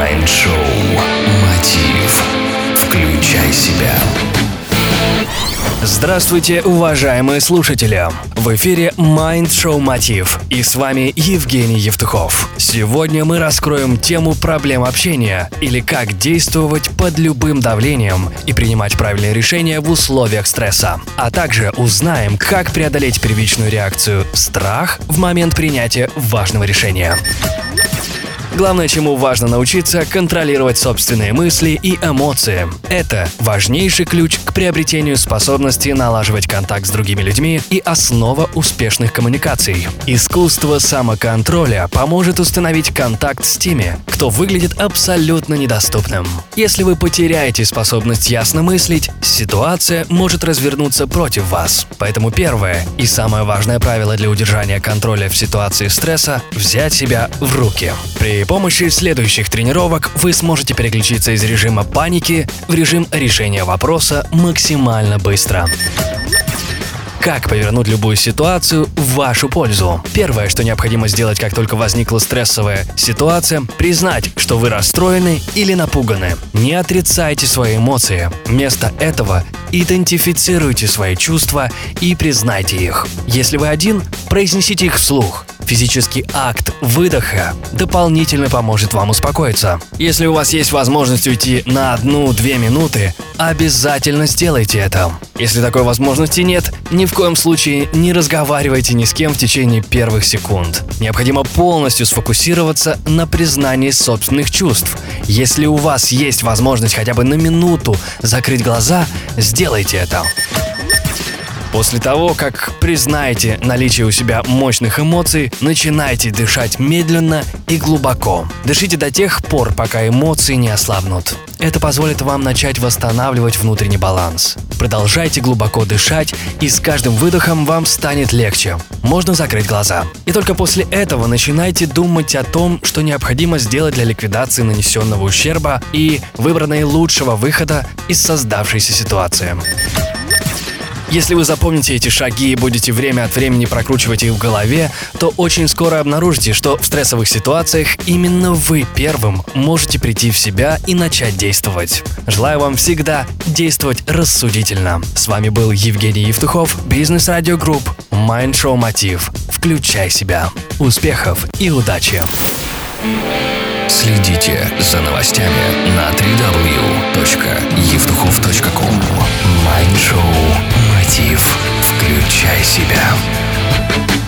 Майнд-шоу «Мотив». Включай себя. Здравствуйте, уважаемые слушатели! В эфире Майнд-шоу «Мотив» и с вами Евгений Евтухов. Сегодня мы раскроем тему проблем общения или как действовать под любым давлением и принимать правильные решения в условиях стресса. А также узнаем, как преодолеть первичную реакцию страх в момент принятия важного решения. Главное, чему важно научиться – контролировать собственные мысли и эмоции. Это важнейший ключ к приобретению способности налаживать контакт с другими людьми и основа успешных коммуникаций. Искусство самоконтроля поможет установить контакт с теми, кто выглядит абсолютно недоступным. Если вы потеряете способность ясно мыслить, ситуация может развернуться против вас. Поэтому первое и самое важное правило для удержания контроля в ситуации стресса – взять себя в руки. При помощи следующих тренировок вы сможете переключиться из режима паники в режим решения вопроса максимально быстро. Как повернуть любую ситуацию в вашу пользу? Первое, что необходимо сделать, как только возникла стрессовая ситуация, признать, что вы расстроены или напуганы. Не отрицайте свои эмоции. Вместо этого идентифицируйте свои чувства и признайте их. Если вы один, произнесите их вслух. Физический акт выдоха дополнительно поможет вам успокоиться. Если у вас есть возможность уйти на 1-2 минуты, обязательно сделайте это. Если такой возможности нет, ни в коем случае не разговаривайте ни с кем в течение первых секунд. Необходимо полностью сфокусироваться на признании собственных чувств. Если у вас есть возможность хотя бы на минуту закрыть глаза, сделайте это. После того, как признаете наличие у себя мощных эмоций, начинайте дышать медленно и глубоко. Дышите до тех пор, пока эмоции не ослабнут. Это позволит вам начать восстанавливать внутренний баланс. Продолжайте глубоко дышать, и с каждым выдохом вам станет легче. Можно закрыть глаза. И только после этого начинайте думать о том, что необходимо сделать для ликвидации нанесенного ущерба и выбора наилучшего выхода из создавшейся ситуации. Если вы запомните эти шаги и будете время от времени прокручивать их в голове, то очень скоро обнаружите, что в стрессовых ситуациях именно вы первым можете прийти в себя и начать действовать. Желаю вам всегда действовать рассудительно. С вами был Евгений Евтухов, Business Radio Group, Майнд-шоу «Мотив». Включай себя. Успехов и удачи! Следите за новостями на www.evtuchov.com. Майнд-шоу «Мотив». Включай себя.